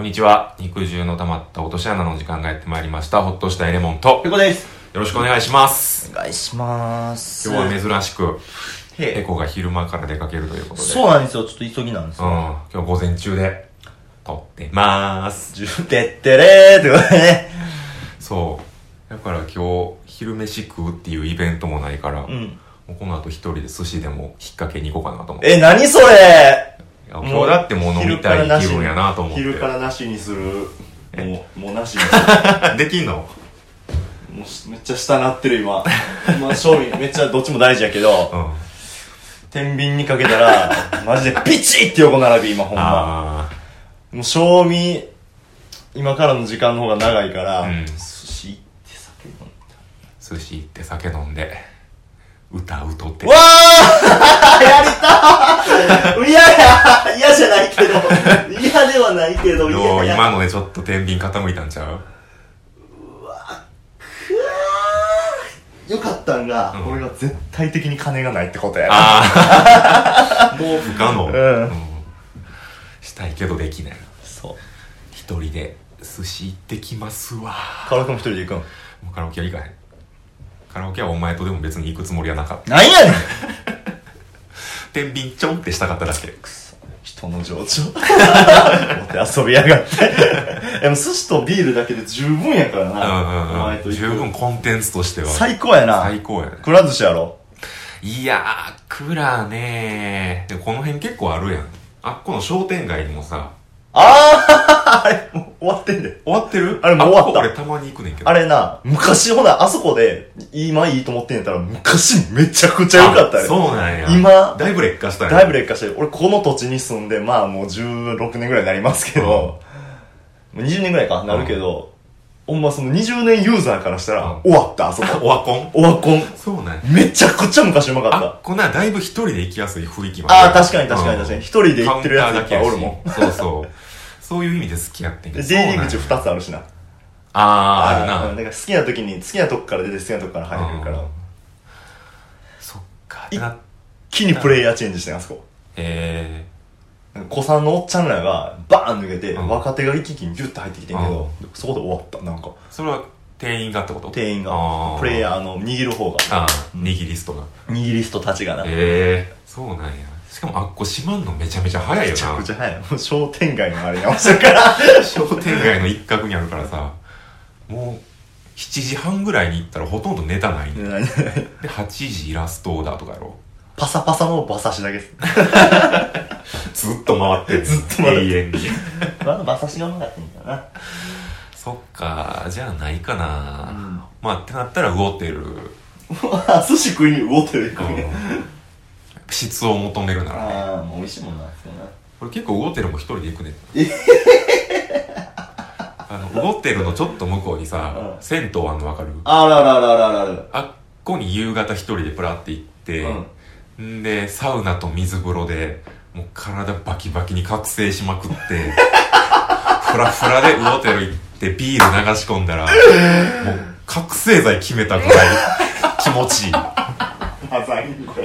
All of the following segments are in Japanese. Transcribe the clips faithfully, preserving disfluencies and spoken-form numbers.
こんにちは。肉汁の溜まった落とし穴の時間がやってまいりました。ほっとしたエレモンとペコです。 よろしくお願いします。 お願いします。 今日は珍しくへペコが昼間から出かけるということで、 そうなんですよ。ちょっと急ぎなんですうん、 よ。 今日午前中で撮ってまーす。 じゅてってれーってことでね。 そうだから今日昼飯食うっていうイベントもないから、 うん。 もうこの後一人で寿司でも引っ掛けに行こうかなと思って。 え、何それ。 今日だってもう飲みたい気分やなと思って。 昼からなしにする。もう、もうなしにする。 できんの？ もうめっちゃ下なってる今。今、賞味めっちゃどっちも大事やけど、 うん。 天秤にかけたら、マジでピチって横並び今ほんま。 あもう賞味、今からの時間の方が長いから、 うん、 寿司行って酒飲んで。 寿司行って酒飲んで歌うとって。 わーやりたー嫌や嫌じゃないけど嫌ではないけどどう嫌や今のでちょっと天秤傾いたんちゃう？ うわくわーよかったんが、うん、俺が絶対的に金がないってことやな。 あもう不可能、 うんうん、 したいけどできない。 そう一人で寿司行ってきますわ。 カラオケも一人で行くん？もうカラオケは行かへん。カラオケはお前とでも別に行くつもりはなかった。 なんやねん天秤ちょんってしたかっただけ。 くそ人の情緒持って遊びやがってでも寿司とビールだけで十分やからな。 うんうんうん、お前と十分コンテンツとしては最高やな。 最高やね。 くら寿司やろ。 いやーくらねーでもこの辺結構あるやん。あっこの商店街にもさ、 あーあれもう終わってんで。 終わってる？ あれもう終わった。 俺たまに行くねんけど。 あれな、昔ほな、あそこで、今いいと思ってんやったら、昔めちゃくちゃ良かったよ。 そうなんや。 今、 だいぶ劣化したよ。 だいぶ劣化してる。俺この土地に住んで、まあもうじゅうろくねんぐらいになりますけど、もうにじゅうねんぐらいかなるけど、ほんまそのにじゅうねんユーザーからしたら、終わった、あそこ。 オワコンオワコン。 そうなんや。 めちゃくちゃ昔うまかった。 あ、こんなだいぶ一人で行きやすい雰囲気もある。 ああ、確かに確かに確かに。一人で行ってるやついっぱいおるもん。 そうそう。そういう意味で好きやってんけど。 出入り口二つあるしな。 あー、あるな。 だから好きな時に、好きなとこから出て好きなとこから入れるから。 そっか。 一気にプレイヤーチェンジしてん、あそこ。 へー。子さんのおっちゃんらがバーン抜けて、 うん、 若手が一気にギュッと入ってきてんけど、うん、そこで終わった、なんか。 それは店員がってこと？ 店員が。プレイヤーの握る方が。 ああ、握りストが。 握りストたちがな。 へえー、そうなんや。しかもあっこ閉まんのめちゃめちゃ早いよな。 めちゃくちゃ早い。もう商店街のあれに合わせるから。 商店街の一角にあるからさ、もうしちじはんぐらいに行ったらほとんどネタないね。で、はちじラストオーダーとかやろ。 パサパサの馬刺しだけです。 ずっと回ってる。 ずっと回ってる。 永遠に。 あの馬刺しがうまかったんだな。 そっか、じゃあないかな。うん、まあってなったら魚テル。 寿司食いに魚テル行くね。 質を求めるならね。 ああ、もう美味しいもんなんですよね。 これ結構魚テルも一人で行くね。あの魚テルのちょっと向こうにさ、うん、銭湯あんの分かる？ あらららららら。 あっこに夕方一人でプラって行って、うん、んでサウナと水風呂でもう体バキバキに覚醒しまくってフラフラで魚テル行ってビール流し込んだらもう覚醒剤決めたぐらい気持ちいい。 まさにこれ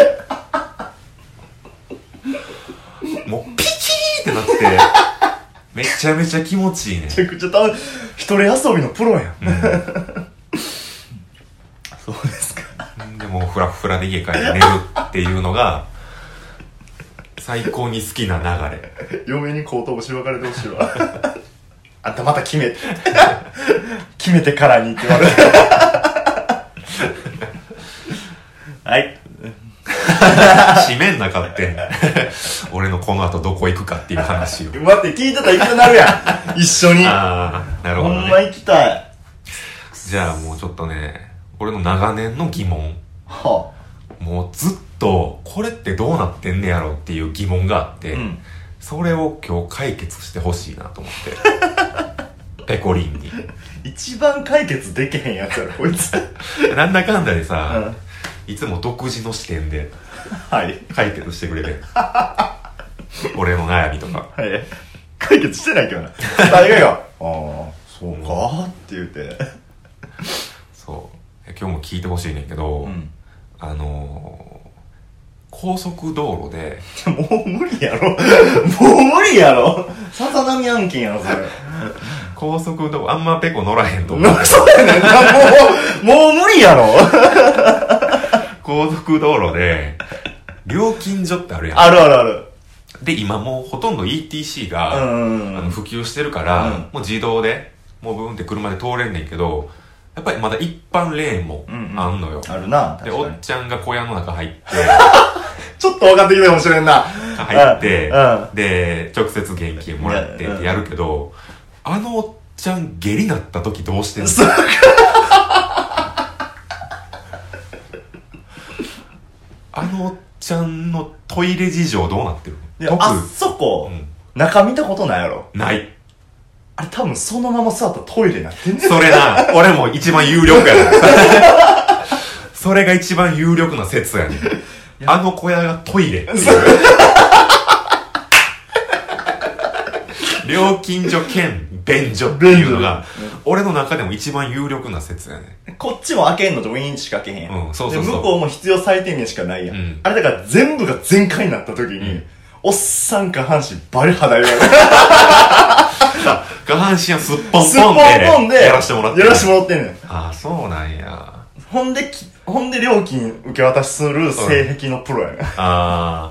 もうピキーってなってめちゃめちゃ気持ちいいね。 めちゃくちゃた一人遊びのプロやん、うん、そうですか。 でもフラフラで家帰って寝るっていうのが最高に好きな流れ。 嫁に後頭部しばかれてほしいわ。あんたまた決めて決めてからにって言われてはい閉めんなかって俺のこの後どこ行くかっていう話を。 待って聞いてたら行きたくなるやん。一緒に。 ああ、なるほどね。 ほんま行きたい。 じゃあもうちょっとね、俺の長年の疑問、 はあ、もうずっとこれってどうなってんねやろっていう疑問があって、うん、それを今日解決してほしいなと思ってペコリンに。 一番解決できへんやつやろこいつ。 なんだかんだでさ、うん、いつも独自の視点で解決してくれる俺の悩みとか、 はい、解決してないけどな。大概がああそうかって言うてそう今日も聞いてほしいねんけど、うん、あの高速道路でもう無理やろもう無理やろさざ波案件やろそれ高速道路あんまペコ乗らへんと思うそうやねんなもうもう無理やろ高速道路で料金所ってあるやん。 あるあるある。 で今もうほとんど イーティーシー が、 うんうんうん、 あの普及してるから、うん、もう自動でもうブーンって車で通れんねんけど、やっぱりまだ一般レーンもあんのよ、 うんうん、あるな。 でおっちゃんが小屋の中入ってちょっと分かってきたかもしれんな。 入って、うん、で直接現金もらってってやるけど、うん、あのおっちゃん下痢なった時どうしてんの？あのおっちゃんのトイレ事情どうなってるの？ あそこ、うん、中見たことないやろ？ ない。 あれ多分そのまま座ったらトイレになってんねん。 それな、俺も一番有力やねん。それが一番有力な説やねん。あの小屋がトイレっていう。料金所兼便所っていうのが、俺の中でも一番有力な説やね。 こっちも開けんのとウィーンしか開けへんやん。 うん、そうそうそう。 で、向こうも必要最低限しかないやん。うん、あれだから全部が全開になった時に、うん、おっさん下半身バリ肌色やね。 下半身はすっぽんぽんで。 すっぽんぽんで。 やらしてもらってんねん。やらしてもらってんねん。 ああ、そうなんや。 ほんで、ほんで料金受け渡しする性癖のプロやねん。 ああ。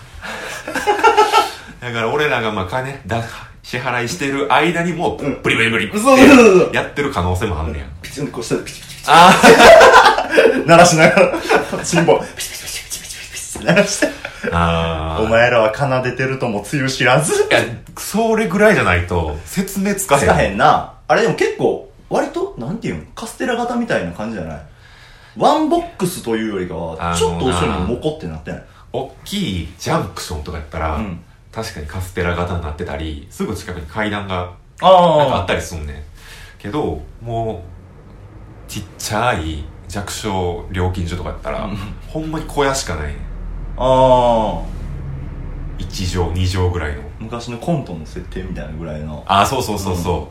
だから俺らがまあ金だ、支払いしてる間にもう、ブリブリブリってやってる可能性もあんねや。 ピチンとこうしたらピチピチピチ。 ああ。鳴らしながら、チンボ、ピチピチピチピチピチピチって鳴らして。ああ。お前らは奏でてるともつゆ知らず。 いや、それぐらいじゃないと説明つかへん。 つかへんな。あれでも結構、割と、なんていうのカステラ型みたいな感じじゃない？ワンボックスというよりかは、ちょっと後ろにモコってなってない？ おっきいジャンクションとかやったら、うん、確かにカステラ型になってたり、すぐ近くに階段がなんかあったりすんねん。けど、もう、ちっちゃい弱小料金所とかやったら、うん、ほんまに小屋しかないねん。ああ。いち畳に畳ぐらいの。 昔のコントの設定みたいなぐらいの。 ああ、そうそうそうそう。うん、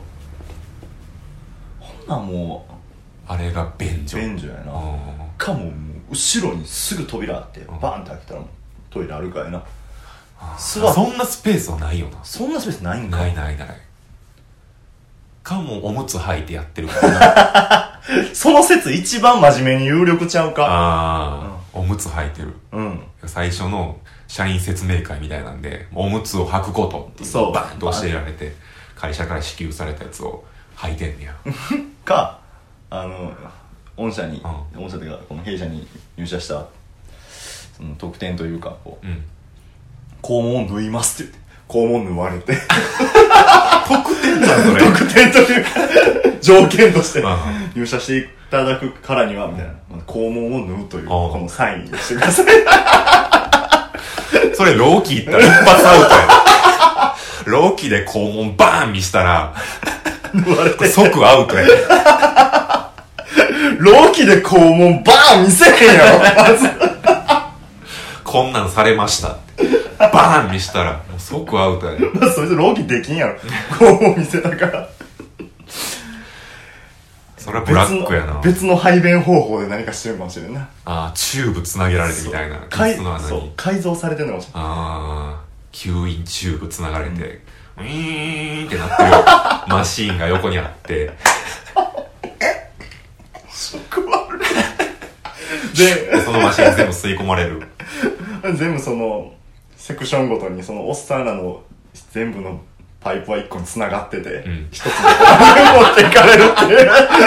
ほんなんもう、 あれが便所。 便所やな。かも、もう後ろにすぐ扉あって、バーンって開けたらトイレあるかやな。 そんなスペースはないよな。 そんなスペースないんか。 ないないない。かもおむつ履いてやってるからな。 その説一番真面目に有力ちゃうか。 ああ、うん、おむつ履いてる。 うん。 最初の社員説明会みたいなんで、おむつを履くことっていう。そう。バーンと教えられて、会社から支給されたやつを履いてんねや。 か、あの、御社に、うん、御社というか、この弊社に入社した、その特典というか、こう、うん、肛門を縫いますって言って、肛門縫われて。 特典なんそれ。 特典というか、条件として入社していただくからには、みたいな。肛門を縫うという、このサインをしてください。 それ、ローキー言ったら一発アウトや。ローキーで肛門バーン見したら、 縫われて。 即アウトや。 ローキーで肛門バーン見せへんやろ、まず。 こんなんされましたって。バーン見したら、もう即アウトやね。 まあ、そいつローキーできんやろ。肛門見せたから。 それはブラックやな。 別の排便方法で何かしてるかもしれんな。 ああ、チューブ繋げられてみたいな。 改そう改造されてるのかもしれない。 ああ、吸引チューブ繋がれて、うん、ウィーンってなってるマシーンが横にあって。 え食わるで、 そのマシーン全部吸い込まれる。 全部その、セクションごとにそのおっさんらの全部のパイプは一個に繋がってて、うん、一つの持っていかれるっていう。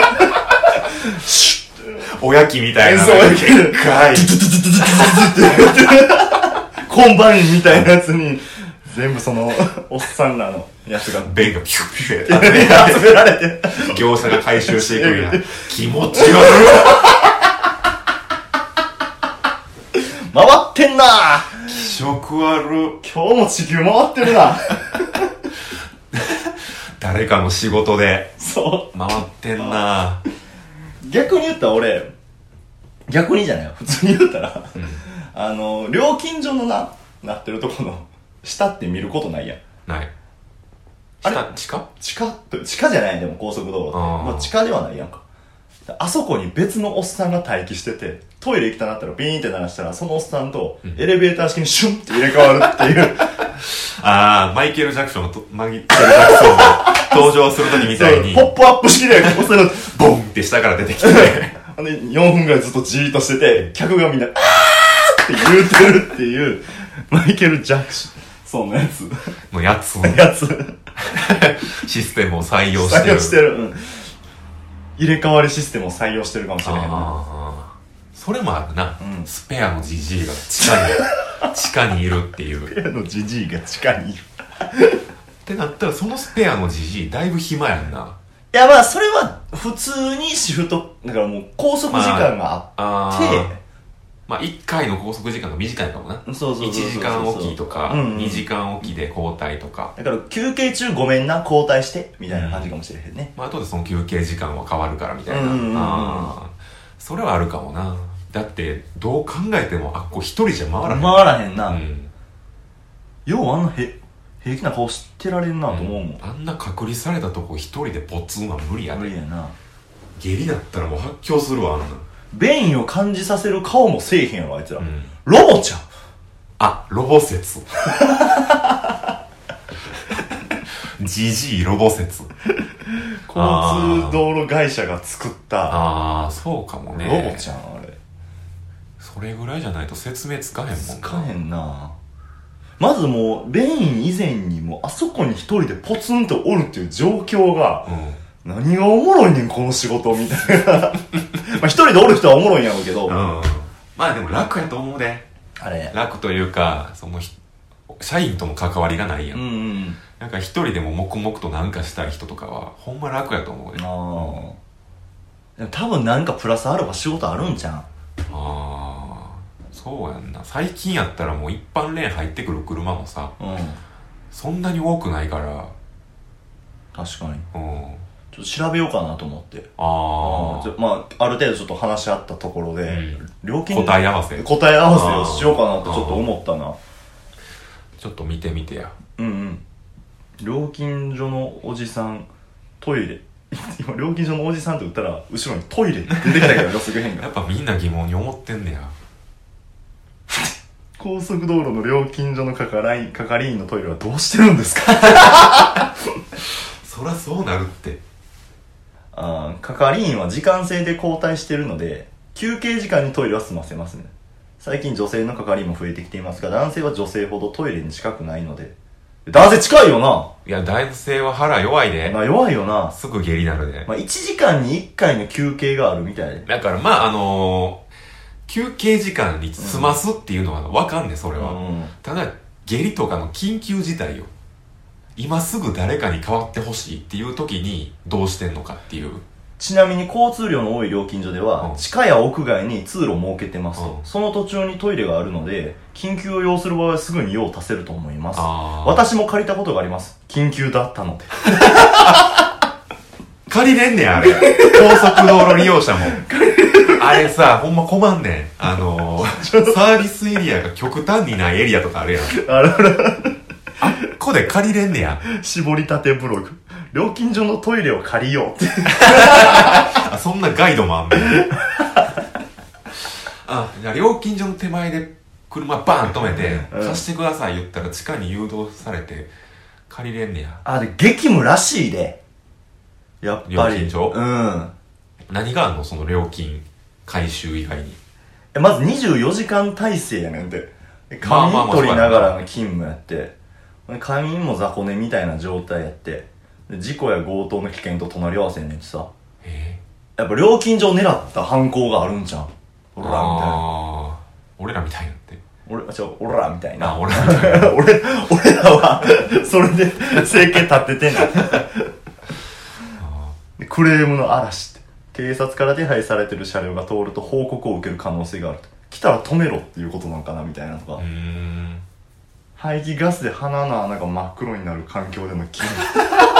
おやきみたいな。 そう、でっかい。コンバインみたいなやつに、全部その、おっさんらのやつが、 便がピュッピュッって集められて、 業者が回収していくんや。気持ち悪い。 回ってんな気色悪。 今日も地球回ってるな。 誰かの仕事で。 そう。 回ってんな。 逆に言ったら俺、逆にじゃないよ。普通に言ったら、うん、あの、料金所のな、なってるとこの、下って見ることないやん。 ない。下、地下地下地下じゃないでも高速道路って。あまあ地下ではないやんか。あそこに別のおっさんが待機してて、 トイレ行きたなったらビーンって鳴らしたら、そのおっさんとエレベーター式にシュンって入れ替わるっていう。 あー、マイケル・ジャクソンのと、マイケル・ジャクソンが登場するときみたいに。 ポップアップ式で、こうするボンって下から出てきて。 で、よんぷんくらいずっとじーっとしてて、客がみんな、あーって言うてるっていう、マイケル・ジャクソンのやつ。 のやつ。 やつ。 システムを採用してる。 採用してる。うん。入れ替わりシステムを採用してるかもしれへんな。 それもあるな、うん、スペアのジジイが地下に地下にいるっていう。 スペアのジジイが地下にいるってなったら、そのスペアのジジイだいぶ暇やんな。 いやまあそれは普通にシフトだからもう拘束時間があって、 まあ、まあ、いっかいの拘束時間が短いかもな。 そうそうそうそうそう。 いちじかんおきとか、うんうん、にじかんおきで交代とか。 だから休憩中ごめんな交代してみたいな感じかもしれへんね、 うん、まあ後でその休憩時間は変わるからみたいな、うんうんうん、あそれはあるかもな。だってどう考えてもあっこ一人じゃ回らへん回らへんな、うん、ようあんなへ平気な顔してられんなと思うもん、うん、 あんな隔離されたとこ一人でポツンは無理やね。 無理やな。 下痢だったらもう発狂するわ。あんな便意を感じさせる顔もせえへんやろあいつら、うん、ロボちゃん。 あ、ロボ説ジジイロボ説。 交通道路会社が作ったああそうかもね。 ロボちゃんあれそれぐらいじゃないと説明つかへんもんな。 つかへんな。まずもう便意以前にもあそこに一人でポツンとおるっていう状況が、うん、何がおもろいねんこの仕事みたいなまあ一人でおる人はおもろいんやろうけど、うん、 まあでも楽やと思うで。あれ楽というかその社員との関わりがないやん、うんうん、なんか一人でも黙々となんかしたい人とかはほんま楽やと思うで。あ、 うん、でも多分なんかプラスアルファ仕事あるんじゃん。ああそうやんな。最近やったらもう一般レーン入ってくる車もさ、うん、そんなに多くないから。 確かに、うん、ちょっと調べようかなと思って。ああまあある程度ちょっと話し合ったところで、うん、料金答え合わせ答え合わせをしようかなとちょっと思ったな。 ちょっと見てみてや。 うんうん。料金所のおじさんトイレ今料金所のおじさんって言ったら後ろにトイレって出てきたけどすぐ変がやっぱみんな疑問に思ってんねや高速道路の料金所の係員係員のトイレはどうしてるんですかそりゃそうなるって。 あ係員は時間制で交代してるので休憩時間にトイレは済ませますね。最近女性の係員も増えてきていますが男性は女性ほどトイレに近くないので。男性近いよな。 いや男性は腹弱いで。 まあ弱いよな。 すぐ下痢なるで。 まあいちじかんにいっかいの休憩があるみたいで。 だからまああのー、休憩時間に済ますっていうのはわかんね、それは、うん、ただ下痢とかの緊急事態よ。今すぐ誰かに代わってほしいっていう時にどうしてんのかっていう。 ちなみに交通量の多い料金所では、うん、地下や屋外に通路を設けてます、うん、その途中にトイレがあるので緊急を要する場合はすぐに用を足せると思います。私も借りたことがあります。緊急だったので借りれんねんあれ高速道路利用者もあれさほんま困んねん。あのー、サービスエリアが極端にないエリアとかあるやんあららあっこで借りれんねや。 絞りたてブログ料金所のトイレを借りようってあそんなガイドもあんねんあじゃあ料金所の手前で車バーン止めて、うん、貸してください言ったら地下に誘導されて借りれんねや。 あで激務らしいでやっぱり料金所。 うん何があんのその料金回収以外に。 えまずにじゅうよじかん体制やねんて。仮眠取りながらの勤務やって、仮眠も雑魚寝みたいな状態やって事故や強盗の危険と隣り合わせやねんってさ。へえやっぱ料金所を狙った犯行があるんじゃん。俺らみたいな。 俺らみたいなって俺ちょ俺らみたいな。 あ俺らみたいな俺俺らはそれで生計立っててんのでクレームの嵐って警察から手配されてる車両が通ると報告を受ける可能性があると。来たら止めろっていうことなのかなみたいなとか。うーん排気ガスで鼻の穴が真っ黒になる環境での勤務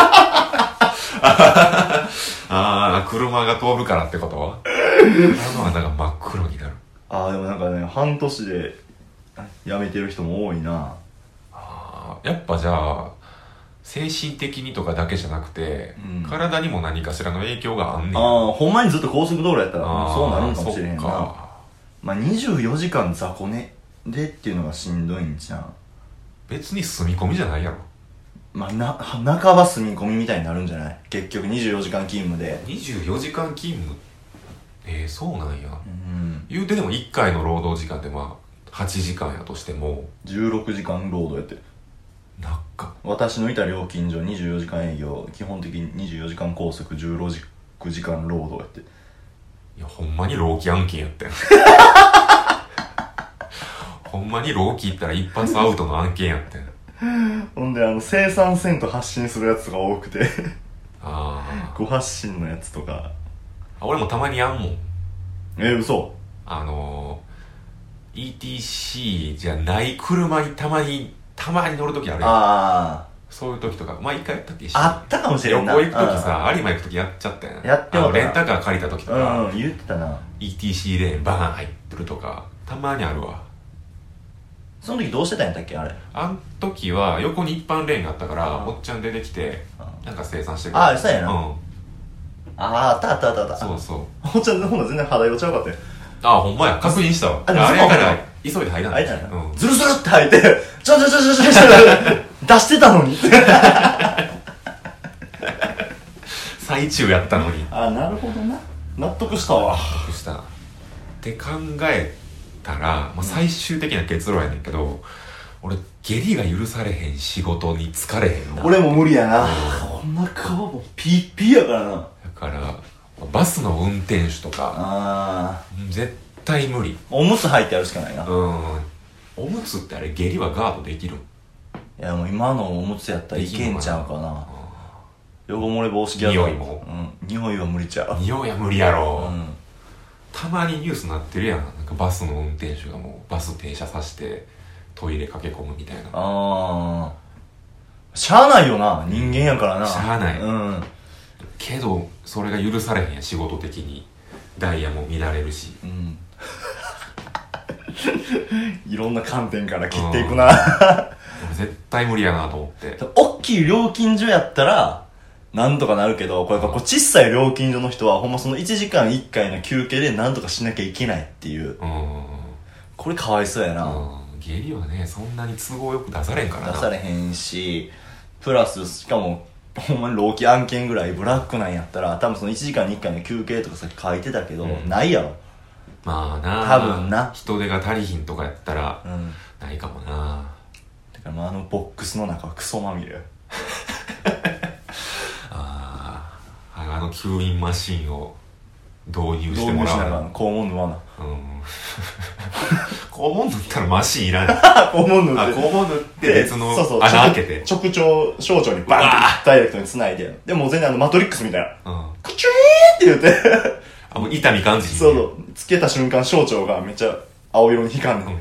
ああ車が通るからってことは鼻の穴が真っ黒になる。 ああでもなんかね半年で辞めてる人も多いなあ。やっぱじゃあ精神的にとかだけじゃなくて、うん、体にも何かしらの影響があんねん。 ああほんまにずっと高速道路やったらそうなるんかもしれへんな。 まあにじゅうよじかん雑魚寝でっていうのがしんどいんじゃん。 別に住み込みじゃないやろ。 まあな半ば住み込みみたいになるんじゃない？結局にじゅうよじかん勤務で。 にじゅうよじかん勤務、えー、そうなんや。 うん。 言うてでもいっかいの労働時間ってまあはちじかんやとしてもじゅうろくじかん労働やってる。 なんか私のいた料金所にじゅうよじかん営業、基本的ににじゅうよじかん拘束、じゅうろくじかん労働やって。 いやほんまに労基案件やったよほんまに労基行ったら一発アウトの案件やったよほんであの生産せんと発信するやつが多くてあご発信のやつとか。 あ俺もたまにやんもん。 えー、嘘。 あのー、イーティーシー じゃない車にたまにたまに乗るときあるやん。 あそういうときとかまあ一回やったっけ。 あったかもしれんな。 旅行行くときさ、有馬行くときやっちゃったやん。 やってもあのレンタカー借りたときとうか、 ん、うん、言ってたな。 イーティーシー レーンバーン入ってるとかたまにあるわ。 その時どうしてたんやったっけあれ。 あん時は横に一般レーンがあったから、 うん、 おっちゃん出てきて、 うん、 なんか生産してくれる。 ああそうやな。 うん、 あああったあったあったあった。 そうそう。 おっちゃんのほんな全然肌色ちゃうかったよ。 ああほんまや確認したわ。 ああれやから急いで入らない。 入ったな、 うん、 ズルズルって入ってちょちょちょちょちょちょ出してたのに最中やったのに。 ああなるほどな。納得したわ。 納得したって考えたら、まあ、最終的な結論やねんけど、うん、俺下痢が許されへん仕事に疲れへんな。 俺も無理やな。お腹もピッピーやからな。 だからバスの運転手とかあ絶対無理。 おむつ履いてやるしかないな。 うんおむつってあれ下痢はガードできるん？ いやもう今のおむつやったらいけんちゃうかな。汚漏れ防止ギャ匂いも、 うん、匂いは無理ちゃう。 匂いは無理やろ、 うん、 たまにニュースなってるやん。なんかバスの運転手がもうバス停車させてトイレ駆け込むみたいな。 あーしゃあないよな、人間やからな。 しゃあない、 うん、 けどそれが許されへんや仕事的に。ダイヤも乱れるし、 うん、いろんな観点から切っていくな俺絶対無理やなと思って。 大きい料金所やったらなんとかなるけど、これやっぱこう小さい料金所の人はほんまそのいちじかんいっかいの休憩でなんとかしなきゃいけないっていう、 うん、 これかわいそうやな。 うん、下痢はねそんなに都合よく出されんからな。 出されへんし、プラスしかもほんまに労基案件ぐらいブラックなんやったら多分そのいちじかんにいっかいの休憩とかさっき書いてたけど、うん、ないやろ。 まあな多分な人手が足りひんとかやったら、 うん、 ないかもな。 だからもうあのボックスの中はクソまみれああの吸引マシンを導入してもらう。導入しながら肛門縫わな。 うん肛門塗ったらマシンいらない肛門塗って、 あ肛門塗って別の穴開けて直腸小腸にバンってダイレクトに繋いで、でも全然あのマトリックスみたいな、うん、クチューって言ってあもう痛み感じに、ね、 そうそうつけた瞬間小腸がめっちゃ青色に光んねん、うん、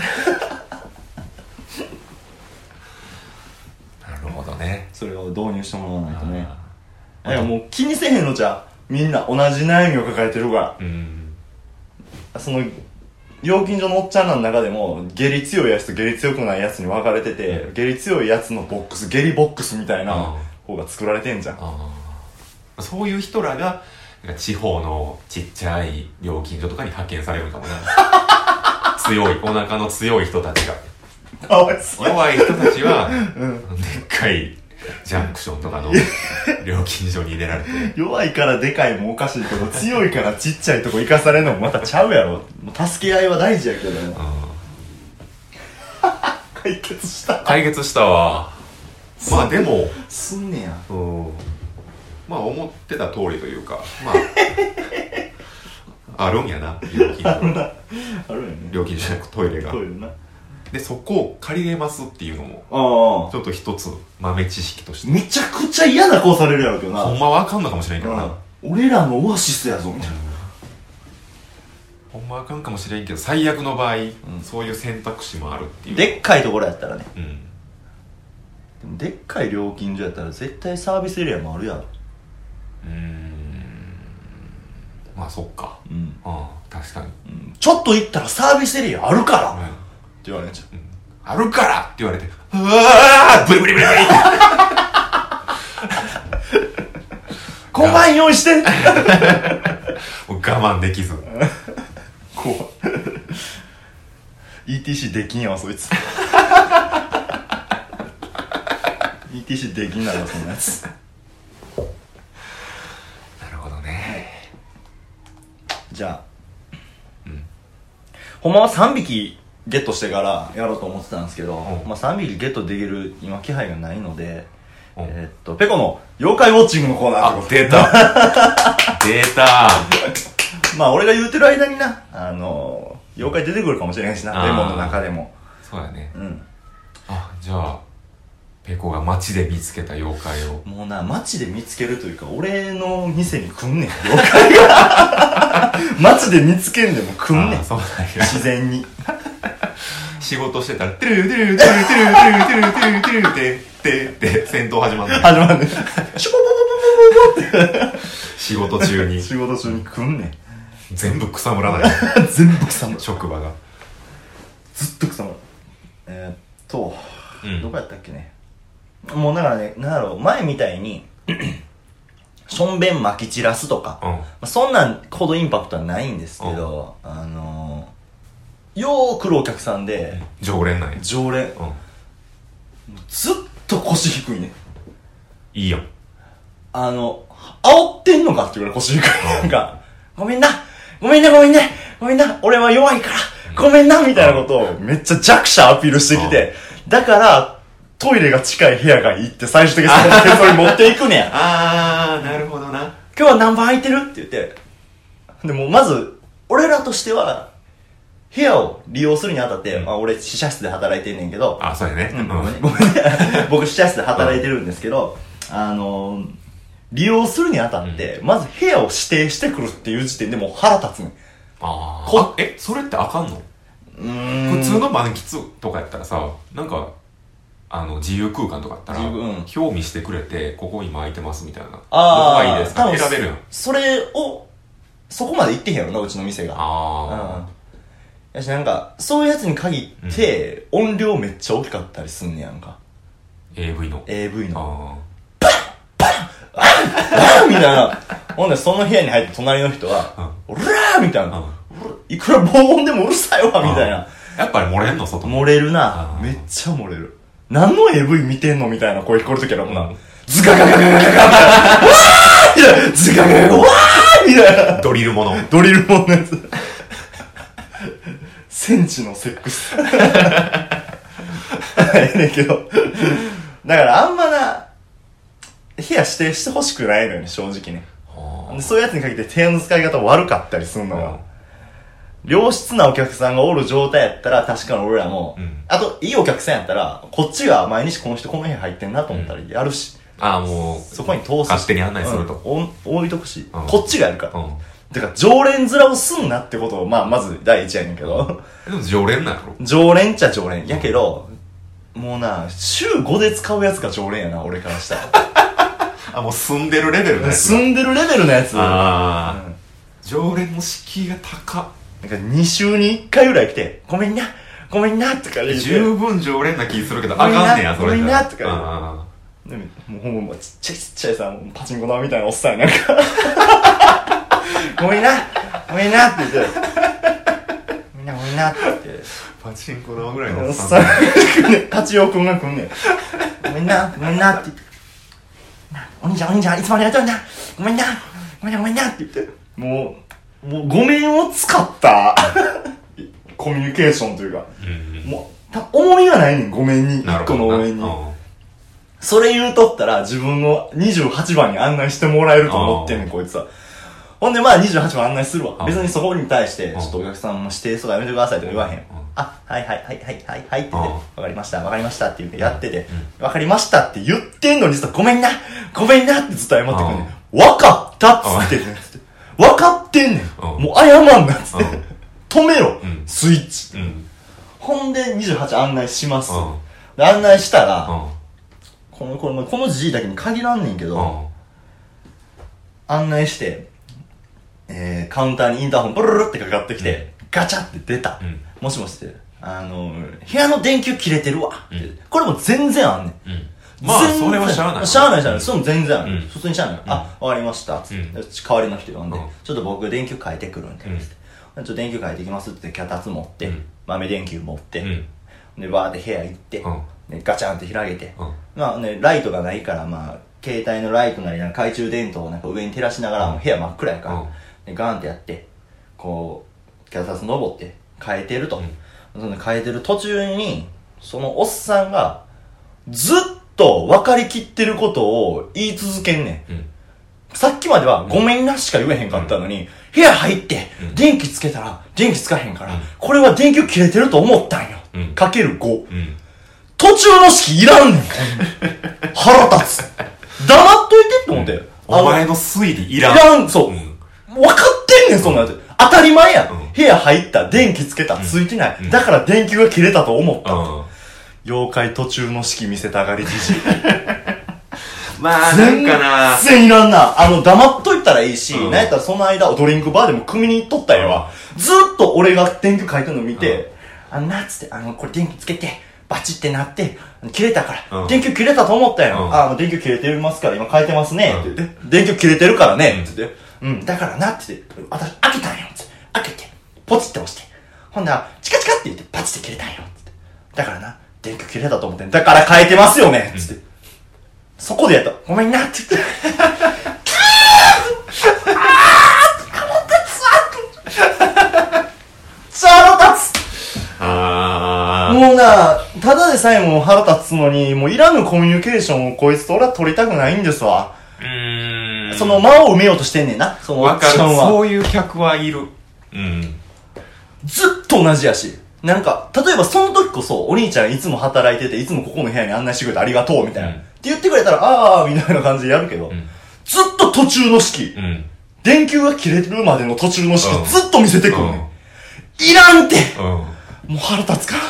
なるほどね。 それを導入してもらわないとね。だからもう気にせへんのじゃみんな同じ悩みを抱えてるから、うん、その料金所のおっちゃんらの中でも下痢強いやつと下痢強くないやつに分かれてて、うん、下痢強いやつのボックス下痢ボックスみたいな方が作られてんじゃん。 あそういう人らが地方のちっちゃい料金所とかに派遣されるかもな強いお腹の強い人たちが弱い人たちは、うん、でっかいジャンクションとかの料金所に入れられて弱いからでかいもおかしいけど強いからちっちゃいとこ行かされるのもまたちゃうやろ。もう助け合いは大事やけど、うん、解決した解決したわ。まあでもすんねや。 うんまあ思ってた通りというかまああるんやな料金所あるなあるよね。料金所じゃなくトイレがトイレなでそこを借りれますっていうのもちょっと一つ豆知識としてめちゃくちゃ嫌な顔されるやろけどな。 ほんまはあかんのかもしれんけどな、 うん、俺らのオアシスやぞみたいな、 ほんまはあかんかもしれんけど最悪の場合、うん、そういう選択肢もあるっていう。 でっかいところやったらね、 うん、 でもでっかい料金所やったら絶対サービスエリアもあるやろ。 うーんまあそっか、うん、ああ確かに、 うん、ちょっと行ったらサービスエリアあるから、うん、って言われちゃう、うん、 あるからって言われてうわーブリブリブリブリごまん用意してもう我慢できず怖っイーティーシー できんやわそいつイーティーシー できんならそんなやつ。 なるほどね。 じゃあ、 うん、 ほんまはさんびきゲットしてからやろうと思ってたんですけど、 うん、 まあ、さんびきゲットできる今気配がないので、うん、えー、っとペコの妖怪ウォッチングのコーナーってこと。 出た出たまあ俺が言うてる間にな、あのー、妖怪出てくるかもしれないしな、レモンの中でも。 そうやね。 うん。 あ、じゃあペコが街で見つけた妖怪を。 もうな、街で見つけるというか、俺の店に来んねん、妖怪が。街で見つけんでも来んねん。 そうなんや。 自然に。 仕事してたら、トゥルトゥルトゥルトゥルトゥルトゥルトゥルトゥルトゥルってってって戦闘始まるねん。 始まるねん。シュポポポポポポポって。 仕事中に。 仕事中に来んねん。 全部草むらない。 全部草むら。 職場が。 ずっと草むら。えー、っと、 うん、 どこやったっけね。もうだからね、なんだろう、前みたいに、しょんべん撒き散らすとか、うん、まあ、そんなんほどインパクトはないんですけど、うん、あのー、よー来るお客さんで、 うん、常連なんや。 常連。うん、ずっと腰低いね。 いいよ。 あの、煽ってんのかっていうぐらい腰低い。なんか、ごめんなごめんなごめんねごめんな俺は弱いからごめんなみたいなことをめっちゃ弱者アピールしてきて、だから、トイレが近い部屋がいいって最終的にその結論に持っていくねや。 あー、なるほどな。 今日は何番空いてるって言って。でもまず、俺らとしては、部屋を利用するにあたって、うん、まあ俺試写室で働いてんねんけど。 あ、そうやね。 うん、ごめんね。ごめんね。僕試写室で働いてるんですけど、うん、あのー、利用するにあたって、うん、まず部屋を指定してくるっていう時点でもう腹立つねん。 ああ。え、それってあかんの？ うーん。 普通の満喫とかやったらさ、なんか、あの、自由空間とかあったら、うん、表見してくれて、ここ今空いてますみたいな。 ああ。 どこがいいですか？選べるやん。 それを、そこまで行ってへんやろな、うちの店が。 ああ。 うん。やし、なんか、そういうやつに限って、うん、音量めっちゃ大きかったりすんねやんか。 エーブイ の。 エーブイ の。 ああ。 ああみたいな。ほんで、その部屋に入って隣の人は、うらーみたいな。いくら防音でもうるさいわみたいな。 やっぱり漏れんの外漏れるな。めっちゃ漏れる。何の エーブイ 見てんのみたいな声聞こえるときあるもんな。ズガガガガガガガガわーみたいな。ズガガガガわーみたいな。 ドリルもの。 ドリルもののやつ。センチのセックス。ええねんけど。だからあんまな、部屋指定してほしくないのよね、正直ね。でそういうやつに限って部屋の使い方悪かったりするのよ。良質なお客さんがおる状態やったら確かに俺らも、うん、あといいお客さんやったらこっちが毎日この人この部屋入ってんなと思ったらやるし、 うん、ああもうそこに通す勝手に案内すると、 うん、置いとくし、 うん、 こっちがやるから、うん、だから常連面をすんなってことをまあまず第一やねんけど、 うん、でも常連なんやろ。 常連っちゃ常連やけど、もうな週ごで使うやつが常連やな俺からしたら。 あ、もう住んでるレベルのやつ。 住んでるレベルのやつ。 ああ、うん、常連の敷居が高っ。 なんかに週にいっかいぐらい来て、ごめんな、ごめんな、とか言って。 十分常連な気するけど、あかんねや、それ。 ごめんな、とか言って。でも、もうほんまちっちゃいちっちゃいさ、パチンコ玉みたいなおっさんやなんか。ごめんな、ごめんなって言って。ごめんな、ごめんなって言って。 パチンコ玉ぐらいのおっさん。パチオくんが来んねん。ごめんな、ごめんなって言って。お兄ちゃんお兄ちゃんいつまでやっとんだごめんなごめんなごめんなって言ってもうもうごめんを使ったコミュニケーションというか、うんうん、もうた重みがないねんごめんにいっこの応援に、うん、それ言うとったら自分のにじゅうはちばんに案内してもらえると思ってんねんこいつは。ほんでまあにじゅうはちばん案内するわ。別にそこに対してちょっとお客さんの指定とかやめてくださいとか言わへん。あ、はいはいはいはいはいはいって言って、わかりましたわかりましたって言ってやってて、わかりましたって言ってんのにずっとごめんなごめんなってずっと謝ってくんねん。わかったっつってねんつって。わかってんねん。もう謝んなっつって。止めろスイッチ。ほんでにじゅうはち案内します。で案内したら、この、この、このじじいだけに限らんねんけど、案内して、えー、カウンターにインターホンブルルルってかかってきて、ガチャって出た。もしもして、あの、部屋の電球切れてるわって。これも全然あんねん。 まあ、それはしゃあない。 しゃあないしゃあない。それも全然ある。普通にしゃあない。あ、わかりました。つって。代わりの人呼んで、ちょっと僕電球変えてくるんで。 ちょっと電球変えてきますって脚立持って、うん、豆電球持って、うん、でバーって部屋行って、うん、でガチャンって開けて、うん、まあねライトがないからまあ携帯のライトなりなんか懐中電灯をなんか上に照らしながら、うん、部屋真っ暗やから、うん、でガーンってやってこう脚立登って変えてると、うん、その変えてる途中にそのおっさんがずっと分かりきってることを言い続けんねん、うん、さっきまではごめんなしか言えへんかったのに、うん、部屋入って電気つけたら電気つかへんから、うん、これは電球切れてると思ったんよ、うん、かけるご、うん、途中の式いらんねん腹立つ黙っといてって思って、うん、 お前の推理いらんいらんそう、うん、分かってんねんそんなんやつ、うん、当たり前や、うん、部屋入った電気つけた、うん、ついてない、うん、だから電球が切れたと思った、うん、妖怪途中の式見せたがりじじまあなんかな全然いらんなあの黙っといたらいいし、うん、なんやったらその間ドリンクバーでも組みに行っとったんやわ、うん、ずっと俺が電球変えてるの見て、うん、あのなっつってあのこれ電気つけてバチってなって切れたから、うん、電球切れたと思ったよ、うん、ああ電球切れてますから今変えてますね、うん、って言って電球切れてるからね、うん、って言ってうんだからなって言って私開けたんよって開けてポチって押してほんだらチカチカって言ってパチって切れたんよってだからな電球切れたと思ってだから変えてますよねつって、うん、そこでやったごめんなって言ってもうな、ただでさえも腹立つのに、もういらぬコミュニケーションをこいつと俺は取りたくないんですわ。うーん。その間を埋めようとしてんねんな、そのおっちゃんは。 そういう客はいる。うん。 ずっと同じやし。なんか、例えばその時こそ、お兄ちゃんいつも働いてて、いつもここの部屋に案内してくれてありがとう、みたいな。うん、って言ってくれたら、あー、みたいな感じでやるけど、うん、ずっと途中の式、うん、電球が切れるまでの途中の式、うん、ずっと見せてくるねん。うん、いらんって、うん、もう腹立つから。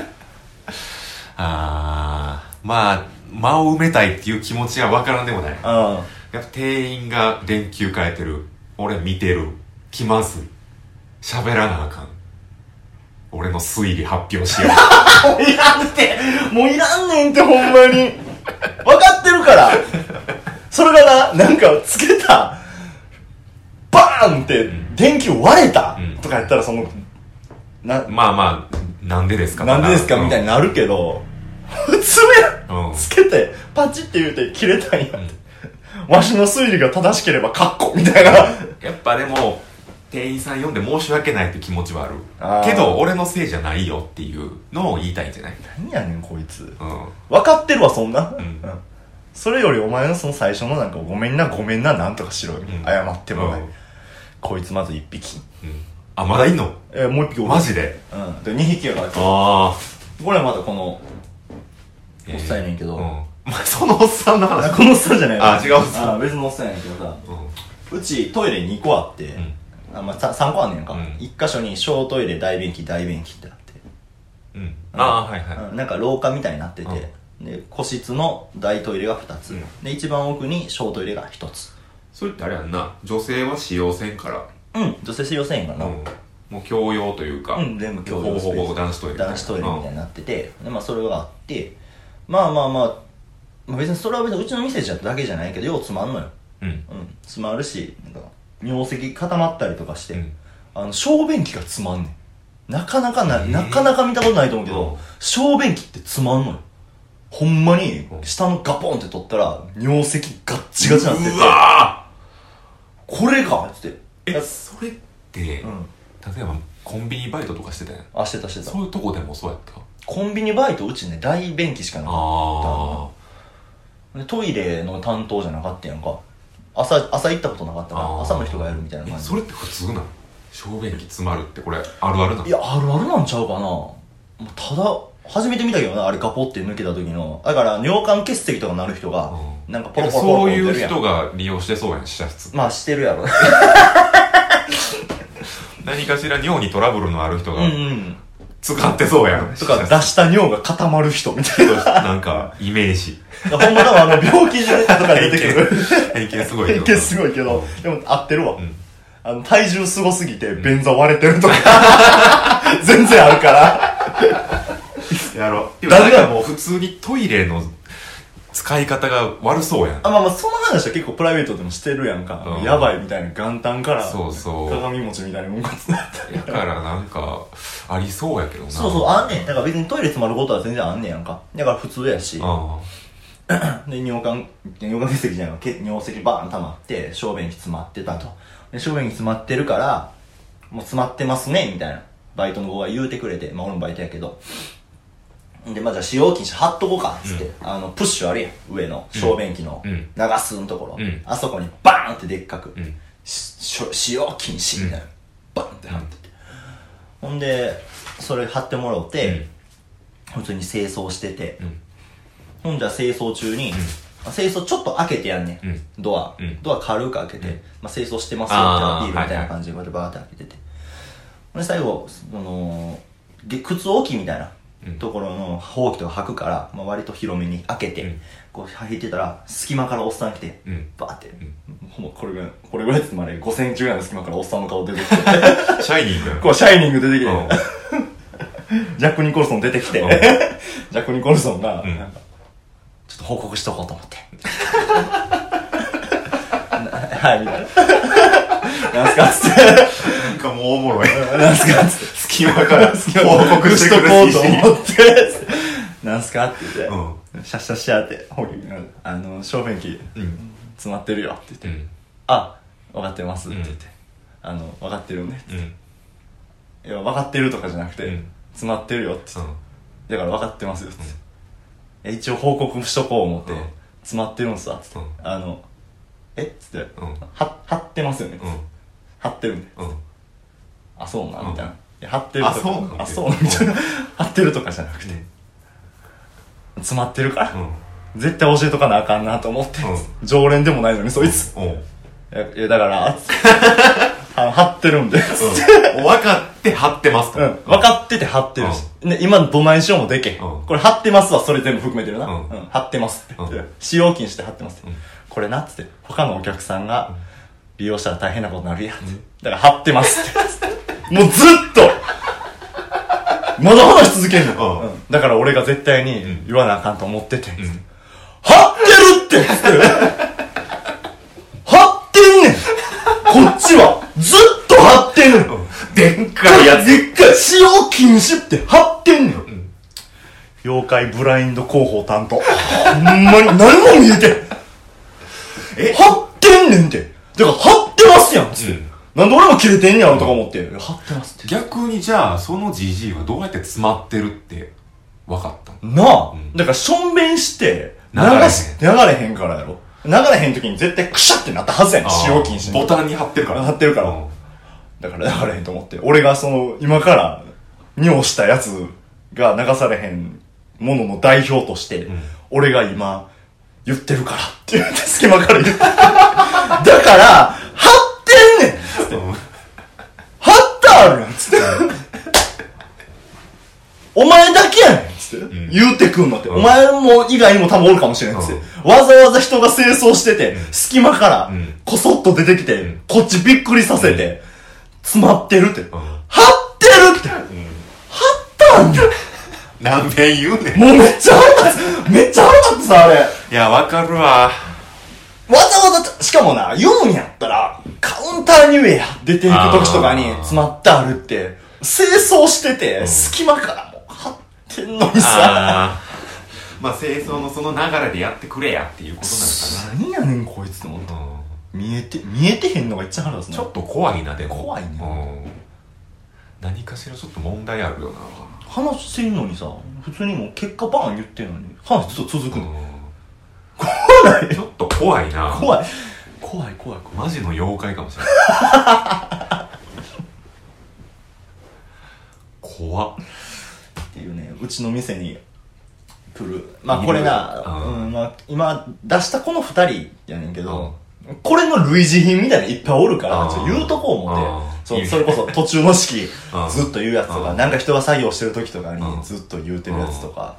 あー、まあ、間を埋めたいっていう気持ちは分からんでもない。あやっぱ店員が電球変えてる。俺見てる。気まずい。喋らなあかん。俺の推理発表しよう。いらんって。もういらんねんってほんまに。分かってるから。それがな、なんかつけた。バーンって、電球割れた、うん、とかやったらその、 な、まあまあ、なんでですかなんでですかみたいになるけど、普通や、うん、つけて、パチって言うて切れたんやって。うん、わしの推理が正しければカッコみたいな。 やっぱでも、店員さん呼んで申し訳ないって気持ちはある。あけど、俺のせいじゃないよっていうのを言いたいんじゃない？ 何やねん、こいつ。うん。分かってるわ、そんな。うん。うん、それよりお前のその最初のなんか、ごめんな、ごめんな、なんとかしろよ。うん、謝ってもない、うん。こいつまず一匹。 うん。あ、まだいんの？ えー、もう一匹おる。 マジで？ うん。で、二匹やから。ああ。これはまだこの、おっさんやねんけど。えー、うん。 まあ、そのおっさんの話。 このおっさんじゃないあ、違うおっさん。あ、別のおっさんやねんけどさ。うん。うちトイレにこあって、うん、あまあ、さんこあんねんか。うん、いっ箇所に小トイレ、大便器、大便器ってあって。 うん。ああ、はいはい。 なんか廊下みたいになってて、うん、で、個室の大トイレがふたつ、うん。で、一番奥に小トイレがひとつ。 それってあれやんな、女性は使用せんから。 うん、女性使用せんかな。うん、 もう共用というか。 うん、全部共用。 ほぼほぼ男子トイレ。 男子トイレみたいになってて、うん、で、まあそれがあって、まあまあまあ、まあ、別にそれは別にうちの店じゃだけじゃないけど、ようつまんのよ。うん。うん。つまるし、なんか、尿石固まったりとかして、うん、あの、小便器がつまんねん。なかなかな、えー、なかなか見たことないと思うけど、うん、小便器ってつまんのよ。ほんまに、下のガポンって取ったら、尿石ガッチガチなってて、うわーこれかって。 え、それって、うん、例えばコンビニバイトとかしてたやん。 あ、してたしてた。 そういうとこでもそうやった？ コンビニバイトうちね、大便器しかなかった。あでトイレの担当じゃなかったやんか。朝、朝行ったことなかったから朝の人がやるみたいな感じ。 それって普通なの？小便器詰まるってこれあるあるなの？ いや、あるあるなんちゃうかな。ただ初めて見たけどな、あれガポって抜けた時の。だから尿管結石とかなる人が、うん、なんかポロポロポロポロそういう人が利用してそうやん、施設。 まあしてるやろ。 何かしら尿にトラブルのある人が、うんうん、使ってそうやん。 とか出した尿が固まる人みたいな。 なんか、イメージ。 ほんまだわ、あの、病気でとか出てくる。 偏見すごいけど。 偏見すごいけど、でも合ってるわ。うん、あの、体重すごすぎて、便座割れてるとか、全然あるから。 やろう。誰がもう普通にトイレの、 使い方が悪そうやん。 あ、まあまあ、その話は結構プライベートでもしてるやんか。うん、やばいみたいな元旦から、 そうそう。 鏡餅みたいなもんかつなったやからなんか、ありそうやけどな。 そうそう、あんねん。だから別にトイレ詰まることは全然あんねんやんか。だから普通やし。で、尿管、尿管結石じゃないわ。尿石バーン溜まって、小便器詰まってたと。で、小便器詰まってるから、もう詰まってますね、みたいな。バイトの子が言うてくれて、まあ俺もバイトやけど。で、まあじゃあ使用禁止貼っとこうか、つって、うん、あの、プッシュあるやん。上の小便器の流すんところ。うん、あそこにバーンってでっかく、うん、使用禁止みたいな。バーンって貼ってて。ほんで、それ貼ってもらって、普通に清掃してて、ほんじゃ清掃中に、清掃ちょっと開けてやんねん。ドア。ドア軽く開けて、まあ清掃してますよってアピールみたいな感じでバーって開けてて。ほんで最後、その、靴置きみたいな。ところのほうきとか履くから、まあ、割と広めに開けて、うん、こう履いてたら隙間からおっさん来て、うん、バーって、うん、ほんまこれぐらいこれぐらいってまでごセンチぐらいの隙間からおっさんの顔出てきてシャイニングこうシャイニング出てきて、うん、ジャック・ニコルソン出てきて、うん、ジャック・ニコルソンが、うん、なんかちょっと報告しとこうと思ってはいみたいななんすかっつってなんかもうおもろいなんすかっつって隙間から報告してくるしとこうと思ってなんすかって言って、うん、シャッシャッシャーってほうきあの小便器、うん、詰まってるよって言って、うん、あ分かってますって言って、うん、あの分かってるんでって、うん、いや分かってるとかじゃなくて、うん、詰まってるよって言って、うん、だから分かってますよって、うん、一応報告しとこう思って、うん、詰まってるんすわって、うん、あのえっつって、うん、は貼ってますよね、うん、貼ってるんで、うん、あそうな、うん、みたいな、いや貼ってるとか、 あそうなあそうなみたいな貼ってるとかじゃなくて、うん、詰まってるから、うん、絶対教えとかなあかんなと思って、うん、常連でもないのにそいつ、うん、いやいやだからあの貼ってるんで、うん、 分かって貼ってますと、 うん、分かってて貼ってるし、うん、ね、今どないしようもでけ、うん、これ貼ってますわ、それ全部含めてるな、うんうん、貼ってますって、うん、使用禁止で貼ってますって、うん、これなっつって他のお客さんが利用したら大変なことになるやんって、うん、だから貼ってますってもうずっとまだ話し続けんの、うんうん、だから俺が絶対に言わなあかんと思ってて、うん、貼ってるって貼ってんねんこっちはずっと貼ってんねん、うん、 でっかいやつでっかい使用禁止って貼ってんねん、うん、妖怪ブラインド広報担当ほんまに何も見えてんえ貼ってんねんってだから貼ってますやんつって、うん、なんで俺も切れてんねやろとか思って、うん、貼ってますって逆にじゃあそのジジイはどうやって詰まってるって分かったのなあ、うん、だからしょんべんして流れへん流れへんからやろ流れへん時に絶対クシャってなったはずやねん使用禁止ボタンに貼ってるから貼ってるから、うん、だから流れへんと思って俺がその今から尿したやつが流されへんものの代表として、うん、俺が今言ってるからって言って隙間から言ってだから貼ってんねんつって、うん、貼ってあるやんつってお前だけやねんつって、うん、言うてくんのって、うん、お前も以外にも多分おるかもしれんつって、うん、わざわざ人が清掃してて、うん、隙間からこそっと出てきて、うん、こっちびっくりさせて、うん、詰まってるって、うん、貼ってるって、うん、貼ったんだ何遍言うねんもうめっちゃ腹立つめっちゃ腹立つさあれいやわかるわわざわざしかもな言うんやったらカウンターに言えや出ていく時とかに詰まってあるって清掃してて、うん、隙間からもう貼ってんのにさまあ清掃のその流れでやってくれやっていうことなのかな何やねんこいつって思った、うん、見えて見えてへんのが一番腹立つなちょっと怖いなでも怖いね、 うん、何かしらちょっと問題あるよな話してんのにさ普通にもう結果バーン言ってんのに話ずっと続くの、うん、怖いちょっと怖いな怖い怖い怖い怖いマジの妖怪かもしれない怖っっていうねうちの店に来るまあこれな、うんまあ、今出したこの二人やねんけど、うん、これの類似品みたいないっぱいおるからちょっと言うとこう思ってそう、それこそ途中の式ずっと言うやつとかなんか人が作業してる時とかにずっと言うてるやつとか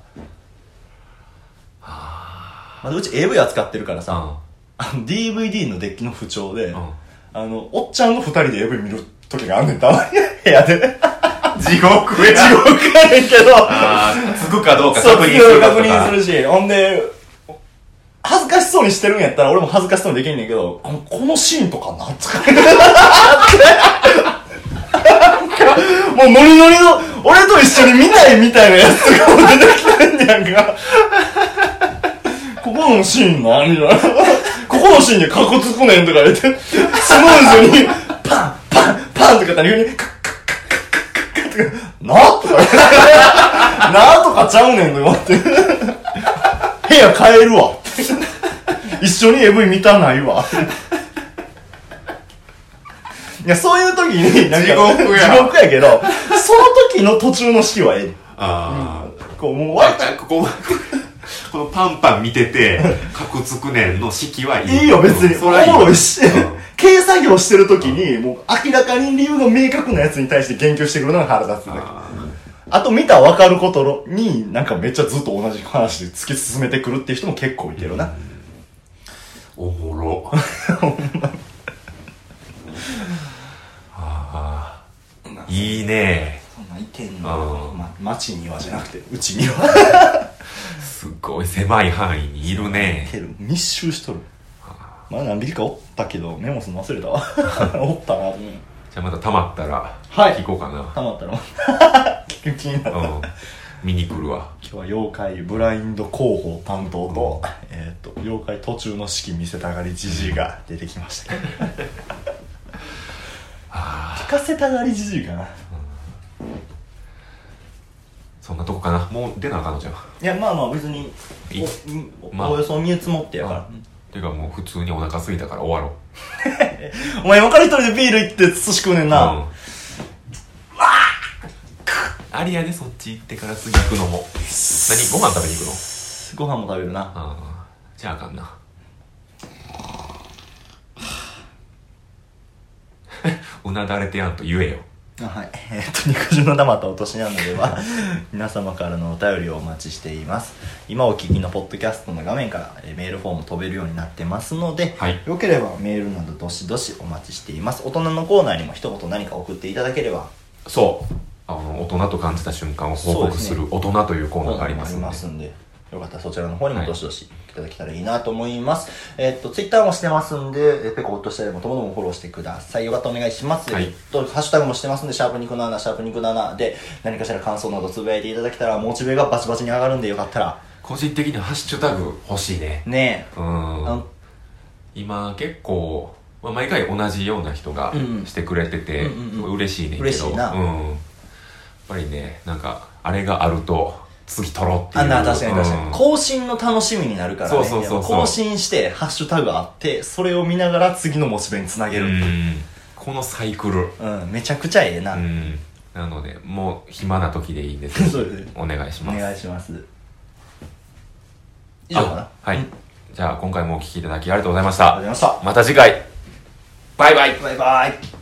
まあ、うち エーブイ 扱ってるからさあの ディーブイディー のデッキの不調であのおっちゃんの二人で エーブイ 見る時があんねんたまに部屋で地獄や地獄やねんけどあつくかどうか確認するかとか確認するしほんで恥ずかしそうにしてるんやったら俺も恥ずかしそうにできんねんけど、この、このシーンとかなんとか。もうノリノリの、俺と一緒に見ないみたいなやつが出てきてんねやんか。ここのシーンなみたいな。ここのシーンでカッコつくねんとか言って、スムーズに、パン、パン、パンとか言って、カッカッカッカッカッカッとか、なとか言って、なとかちゃうねんとかって。部屋変えるわ。一緒に エムブイ 見たないわ。いや、そういう時に、なんか、地獄や。地獄やけど、その時の途中の式はええ。 ああ、 うん。こう、もう、わかここ、このパンパン見てて、カクつくねんの式はいい。 いいよ、別に。 それはいい。 おもろいし、軽作業してる時に、もう明らかに理由が明確なやつに対して言及してくるのが腹立つんだけど。あと見たら分かることに、なんかめっちゃずっと同じ話で突き進めてくるっていう人も結構いてるな。 おもろ。ああ、いいね。 そんな意見の、ま、街にはじゃなくて、うちには。 すごい狭い範囲にいるね。 密集しとる。まだ何匹かおったけど、メモするの忘れたわ。おったな、うん。 じゃあまた溜まったら、聞こうかな。 溜まったら、聞く気になった。うん、 見に来るわ。 今日は妖怪ブラインド広報担当と、うん、えっ、ー、と、妖怪途中の式見せたがりじじいが出てきましたけど。聞かせたがりじじいかな、うん、 そんなとこかな。もう出なあかんのじゃん。いや、まあまあ別にお、まあ、およそ見積もってやから、 まあ、てかもう普通にお腹空いたから終わろう。 お前今から一人でビール行って寿司食うねんな、うん、わあありやで、そっち行ってから次行くのも。何、ご飯食べに行くの？ ご飯も食べるな。 ああ、じゃああかんな。うなだれてやんと言えよ。 はい。えー、っと、肉汁の溜まった落とし穴では、皆様からのお便りをお待ちしています。今お聞きのポッドキャストの画面から、えー、メールフォーム飛べるようになってますので、はい、よければメールなどどしどしお待ちしています。大人のコーナーにも一言何か送っていただければ。 そう。あの、大人と感じた瞬間を報告する大人というコーナーがありますので。 ありますんで。よかったらそちらの方にもどしどしいただけたらいいなと思います。はい、えー、っと、ツイッターもしてますんで、えペコホッとしたりもともどもフォローしてください。よかったらお願いします。はい、えっと、ハッシュタグもしてますんで、シャープ肉なな、シャープ肉ななで何かしら感想などつぶやいていただけたら、モチベがバチバチに上がるんで、よかったら。 個人的にはハッシュタグ欲しいね。 ねえ。うん。今結構、まあ、毎回同じような人がしてくれてて、すごい嬉しいねんけど。 嬉しいな。 うん。やっぱりね、なんか、あれがあると、次撮ろうっていう。 あ、な、確かに確かに、うん。更新の楽しみになるからね。 そうそうそうそう。 更新して、ハッシュタグあって、それを見ながら次のモチベにつなげるっていう。うん。 このサイクル。 うん、めちゃくちゃええな。 うん。なので、もう暇な時でいいんですけど、お願いします。 お願いします。以上かな。 はい、うん。じゃあ、今回もお聞きいただきありがとうございました。 ありがとうございました。 また次回。バイバイ。 バイバイ。